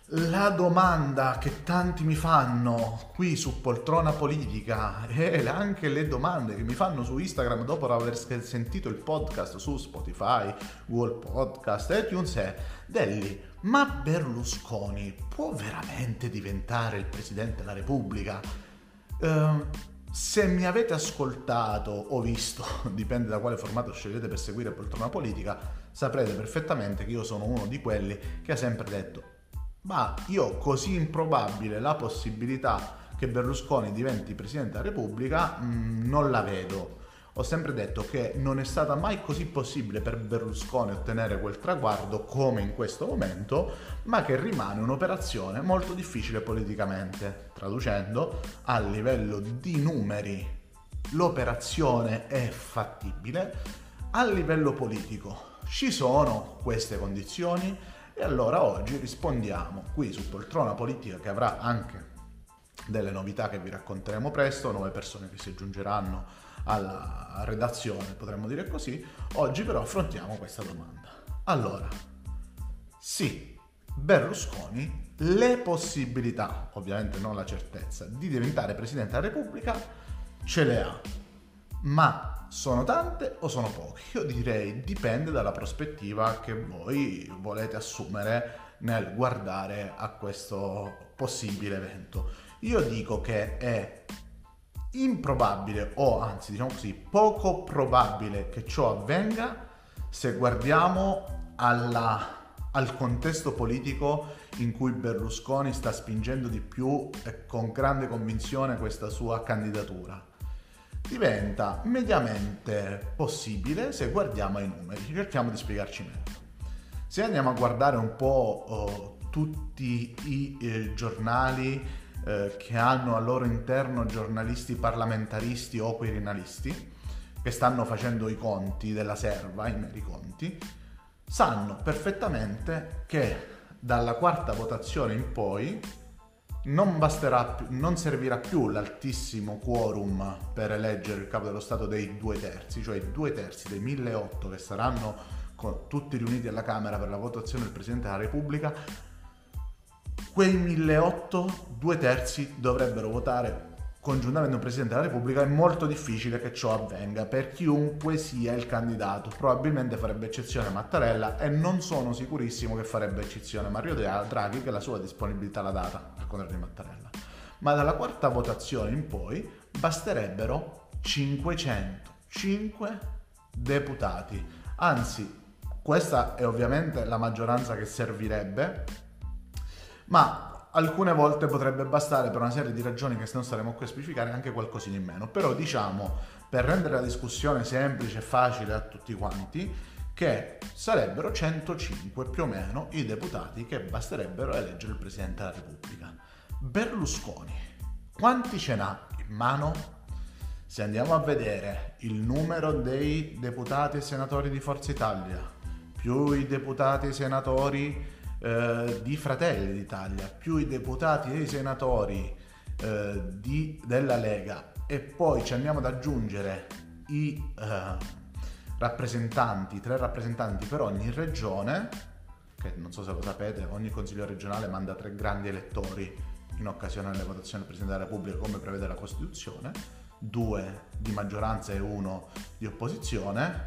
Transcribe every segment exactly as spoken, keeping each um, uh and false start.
La domanda che tanti mi fanno qui su Poltrona Politica e anche le domande che mi fanno su Instagram dopo aver sentito il podcast su Spotify, Google Podcast e iTunes è: Delli, ma Berlusconi può veramente diventare il Presidente della Repubblica? Uh, se mi avete ascoltato o visto, dipende da quale formato scegliete per seguire Poltrona Politica, saprete perfettamente che io sono uno di quelli che ha sempre detto: ma io così improbabile la possibilità che Berlusconi diventi Presidente della Repubblica mh, non la vedo. Ho sempre detto che non è stata mai così possibile per Berlusconi ottenere quel traguardo come in questo momento, ma che rimane un'operazione molto difficile politicamente. Traducendo, a livello di numeri l'operazione è fattibile, a livello politico ci sono queste condizioni. E allora oggi rispondiamo qui su Poltrona Politica, che avrà anche delle novità che vi racconteremo presto, nuove persone che si aggiungeranno alla redazione, potremmo dire così. Oggi però affrontiamo questa domanda. Allora, sì, Berlusconi le possibilità, ovviamente non la certezza, di diventare Presidente della Repubblica ce le ha, ma sono tante o sono poche? Io direi dipende dalla prospettiva che voi volete assumere nel guardare a questo possibile evento. Io dico che è improbabile, o anzi diciamo così, poco probabile che ciò avvenga se guardiamo alla, al contesto politico in cui Berlusconi sta spingendo di più e con grande convinzione questa sua candidatura. Diventa mediamente possibile se guardiamo ai numeri. Cerchiamo di spiegarci meglio. Se andiamo a guardare un po' oh, tutti i eh, giornali eh, che hanno al loro interno giornalisti parlamentaristi o quirinalisti che stanno facendo i conti della serva, i meri conti, sanno perfettamente che dalla quarta votazione in poi non basterà più, non servirà più l'altissimo quorum per eleggere il capo dello Stato dei due terzi, cioè i due terzi dei milleotto che saranno con, tutti riuniti alla Camera per la votazione del Presidente della Repubblica. Quei milleotto, due terzi dovrebbero votare congiuntamente un Presidente della Repubblica. È molto difficile che ciò avvenga per chiunque sia il candidato. Probabilmente farebbe eccezione Mattarella e non sono sicurissimo che farebbe eccezione Mario Draghi, che la sua disponibilità l'ha data, al contrario di Mattarella. Ma dalla quarta votazione in poi basterebbero cinquecentocinque deputati. Anzi, questa è ovviamente la maggioranza che servirebbe, ma alcune volte potrebbe bastare, per una serie di ragioni che non staremo qui a specificare, anche qualcosina in meno. Però diciamo, per rendere la discussione semplice e facile a tutti quanti, che sarebbero centocinque più o meno i deputati che basterebbero eleggere il Presidente della Repubblica. Berlusconi quanti ce n'ha in mano? Se andiamo a vedere il numero dei deputati e senatori di Forza Italia più i deputati e senatori Eh, di Fratelli d'Italia più i deputati e i senatori eh, di, della Lega, e poi ci andiamo ad aggiungere i eh, rappresentanti, tre rappresentanti per ogni regione, che non so se lo sapete, ogni consiglio regionale manda tre grandi elettori in occasione delle votazioni del Presidente della Repubblica come prevede la Costituzione, due di maggioranza e uno di opposizione.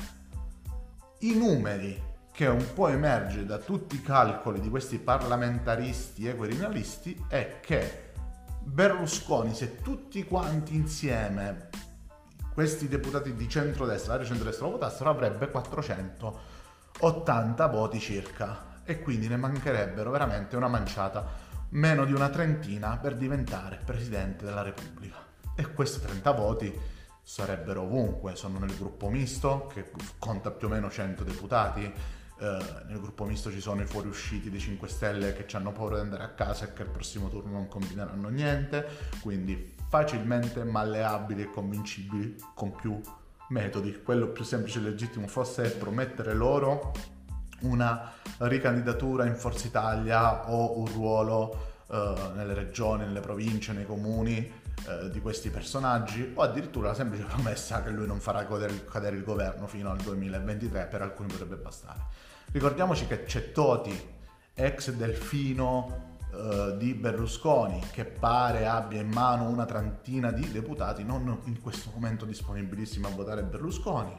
I numeri che un po' emerge da tutti i calcoli di questi parlamentaristi e quirinalisti è che Berlusconi, se tutti quanti insieme questi deputati di centrodestra, l'area centrodestra lo votassero, avrebbe quattrocentottanta voti circa, e quindi ne mancherebbero veramente una manciata, meno di una trentina, per diventare Presidente della Repubblica. E questi trenta voti sarebbero ovunque, sono nel gruppo misto che conta più o meno cento deputati. Uh, nel gruppo misto ci sono i fuoriusciti dei cinque Stelle che ci hanno paura di andare a casa e che al prossimo turno non combineranno niente, quindi facilmente malleabili e convincibili con più metodi. Quello più semplice e legittimo fosse promettere loro una ricandidatura in Forza Italia o un ruolo uh, nelle regioni, nelle province, nei comuni uh, di questi personaggi, o addirittura la semplice promessa che lui non farà cadere, cadere il governo fino al duemilaventitré. Per alcuni potrebbe bastare. Ricordiamoci che c'è Toti, ex Delfino, eh, di Berlusconi, che pare abbia in mano una trentina di deputati non in questo momento disponibilissimi a votare Berlusconi,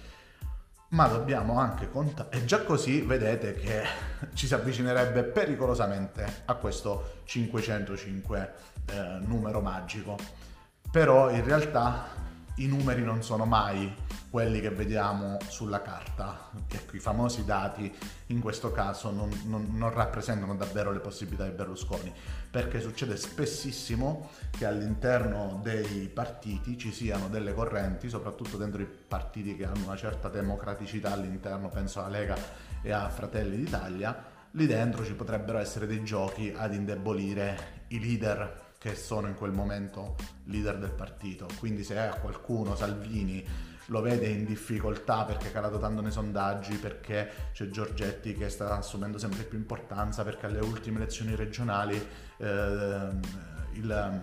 ma dobbiamo anche contare, e già così vedete che ci si avvicinerebbe pericolosamente a questo cinquecentocinque eh, numero magico. Però in realtà i numeri non sono mai quelli che vediamo sulla carta, ecco, i famosi dati in questo caso non, non, non rappresentano davvero le possibilità di Berlusconi, perché succede spessissimo che all'interno dei partiti ci siano delle correnti, soprattutto dentro i partiti che hanno una certa democraticità all'interno, penso alla Lega e a Fratelli d'Italia, lì dentro ci potrebbero essere dei giochi ad indebolire i leader che sono in quel momento leader del partito. Quindi se a qualcuno, Salvini, lo vede in difficoltà perché è calato tanto nei sondaggi, perché c'è Giorgetti che sta assumendo sempre più importanza, perché alle ultime elezioni regionali eh, il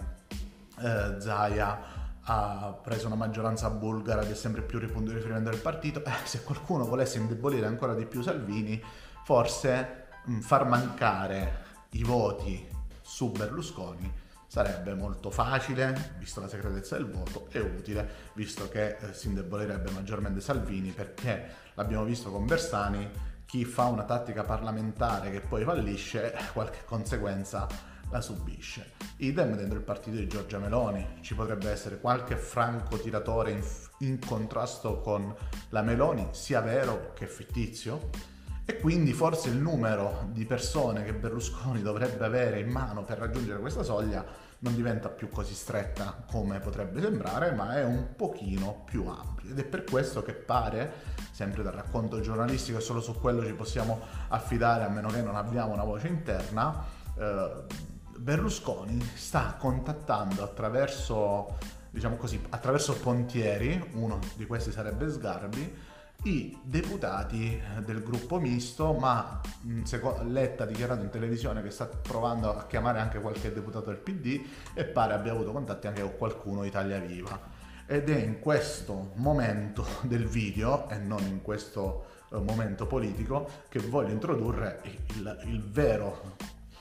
eh, Zaia ha preso una maggioranza bulgara ed è sempre più punto di riferimento del partito, eh, se qualcuno volesse indebolire ancora di più Salvini, forse mh, far mancare i voti su Berlusconi sarebbe molto facile, visto la segretezza del voto, e utile, visto che eh, si indebolirebbe maggiormente Salvini, perché l'abbiamo visto con Bersani, chi fa una tattica parlamentare che poi fallisce, qualche conseguenza la subisce. Idem dentro il partito di Giorgia Meloni, ci potrebbe essere qualche francotiratore in, in contrasto con la Meloni, sia vero che fittizio, e quindi forse il numero di persone che Berlusconi dovrebbe avere in mano per raggiungere questa soglia non diventa più così stretta come potrebbe sembrare, ma è un pochino più ampio, ed è per questo che pare, sempre dal racconto giornalistico, e solo su quello ci possiamo affidare a meno che non abbiamo una voce interna, eh, Berlusconi sta contattando attraverso, diciamo così, attraverso Pontieri, uno di questi sarebbe Sgarbi, i deputati del gruppo misto, ma Letta ha dichiarato in televisione che sta provando a chiamare anche qualche deputato del P D e pare abbia avuto contatti anche con qualcuno di Italia Viva. Ed è in questo momento del video, e non in questo momento politico, che voglio introdurre il, il vero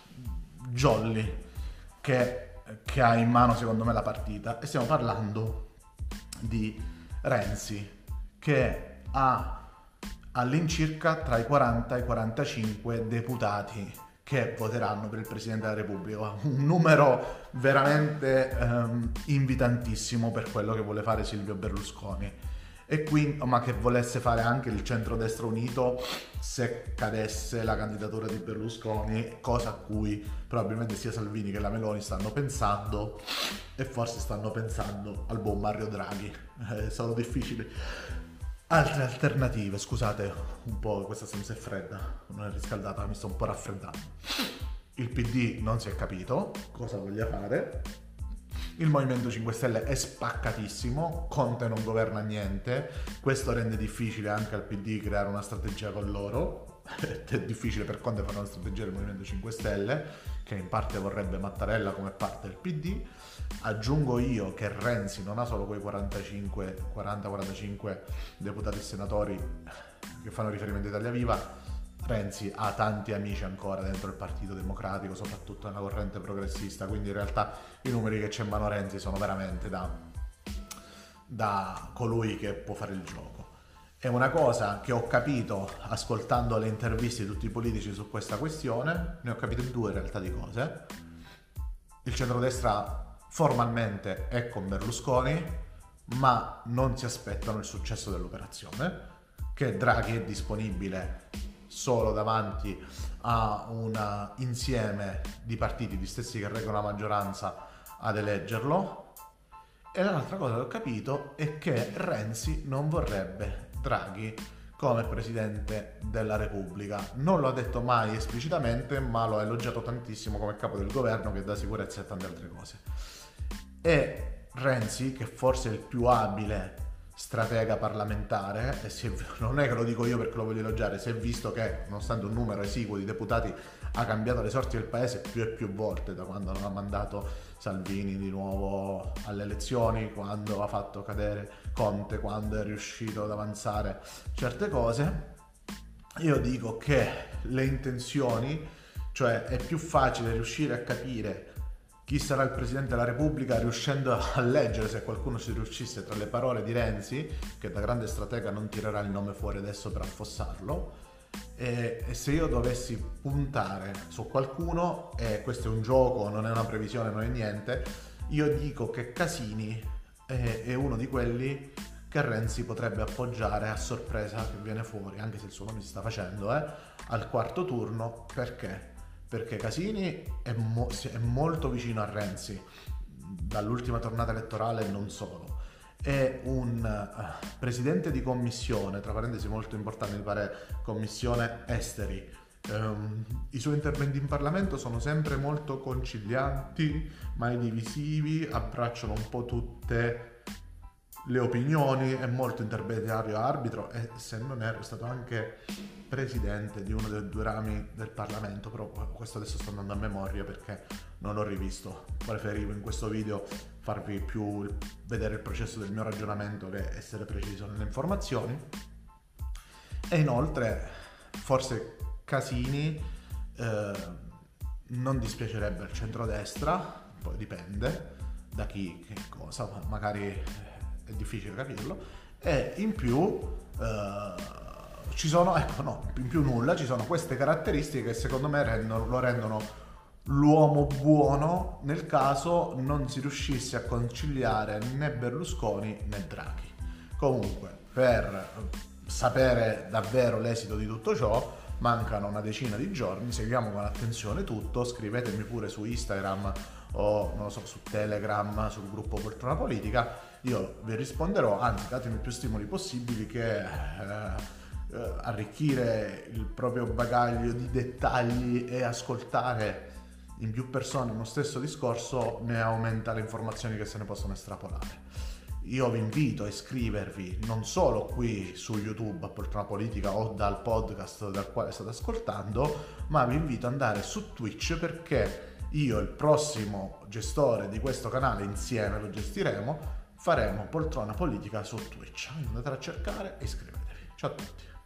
jolly che, che ha in mano secondo me la partita, e stiamo parlando di Renzi, che ha all'incirca tra i quaranta e i quarantacinque deputati che voteranno per il Presidente della Repubblica, un numero veramente ehm, invitantissimo per quello che vuole fare Silvio Berlusconi, e quindi, ma che volesse fare anche il centrodestra unito se cadesse la candidatura di Berlusconi, cosa a cui probabilmente sia Salvini che la Meloni stanno pensando, e forse stanno pensando al buon Mario Draghi. È stato difficile. Altre alternative, scusate un po', questa stanza è fredda, non è riscaldata, mi sto un po' raffreddando. Il P D non si è capito cosa voglia fare, il Movimento cinque Stelle è spaccatissimo, Conte non governa niente, questo rende difficile anche al P D creare una strategia con loro, è difficile per Conte fare una strategia del Movimento cinque Stelle, che in parte vorrebbe Mattarella come parte del P D. Aggiungo io che Renzi non ha solo quei quarantacinque, quaranta quarantacinque deputati e senatori che fanno riferimento a Italia Viva, Renzi ha tanti amici ancora dentro il Partito Democratico, soprattutto nella corrente progressista, quindi in realtà i numeri che c'è in mano Renzi sono veramente da, da colui che può fare il gioco. È una cosa che ho capito ascoltando le interviste di tutti i politici su questa questione, ne ho capito due in realtà di cose. Il centrodestra formalmente è con Berlusconi, ma non si aspettano il successo dell'operazione, che Draghi è disponibile solo davanti a un insieme di partiti, di stessi che reggono la maggioranza, ad eleggerlo. E l'altra cosa che ho capito è che Renzi non vorrebbe Draghi come Presidente della Repubblica. Non lo ha detto mai esplicitamente, ma lo ha elogiato tantissimo come capo del governo, che dà sicurezza e tante altre cose. E Renzi, che forse è il più abile stratega parlamentare, e si è, non è che lo dico io perché lo voglio elogiare, si è visto che nonostante un numero esiguo di deputati ha cambiato le sorti del paese più e più volte, da quando non ha mandato Salvini di nuovo alle elezioni, quando ha fatto cadere Conte, quando è riuscito ad avanzare certe cose. Io dico che le intenzioni Cioè è più facile riuscire a capire chi sarà il Presidente della Repubblica riuscendo a leggere, se qualcuno ci riuscisse, tra le parole di Renzi, che da grande stratega non tirerà il nome fuori adesso per affossarlo, e, e se io dovessi puntare su qualcuno, e questo è un gioco, non è una previsione, non è niente, io dico che Casini è, è uno di quelli che Renzi potrebbe appoggiare a sorpresa che viene fuori, anche se il suo nome si sta facendo, eh, al quarto turno. Perché? Perché Casini è, mo- è molto vicino a Renzi, dall'ultima tornata elettorale non solo. È un uh, presidente di commissione, tra parentesi molto importante, mi pare commissione esteri. Um, I suoi interventi in Parlamento sono sempre molto concilianti, mai divisivi, abbracciano un po' tutte le opinioni, è molto intermediario arbitro e, se non erro, è stato anche presidente di uno dei due rami del Parlamento, però questo adesso sto andando a memoria perché non l'ho rivisto. Preferivo in questo video farvi più vedere il processo del mio ragionamento che essere preciso nelle informazioni. E inoltre forse Casini eh, non dispiacerebbe al centrodestra, poi dipende da chi, che cosa, magari è difficile capirlo, e in più eh, ci sono, ecco no, in più nulla, ci sono queste caratteristiche che secondo me rendono, lo rendono l'uomo buono nel caso non si riuscisse a conciliare né Berlusconi né Draghi. Comunque, per sapere davvero l'esito di tutto ciò, mancano una decina di giorni, seguiamo con attenzione tutto, scrivetemi pure su Instagram o non lo so, su Telegram, sul gruppo Poltrona Politica, io vi risponderò, anzi datemi più stimoli possibili che eh, eh, arricchire il proprio bagaglio di dettagli e ascoltare in più persone uno stesso discorso ne aumenta le informazioni che se ne possono estrapolare. Io vi invito a iscrivervi non solo qui su YouTube a Poltrona Politica o dal podcast dal quale state ascoltando, ma vi invito ad andare su Twitch, perché io e il prossimo gestore di questo canale, insieme lo gestiremo, faremo Poltrona Politica su Twitch. Andate a cercare e iscrivetevi. Ciao a tutti.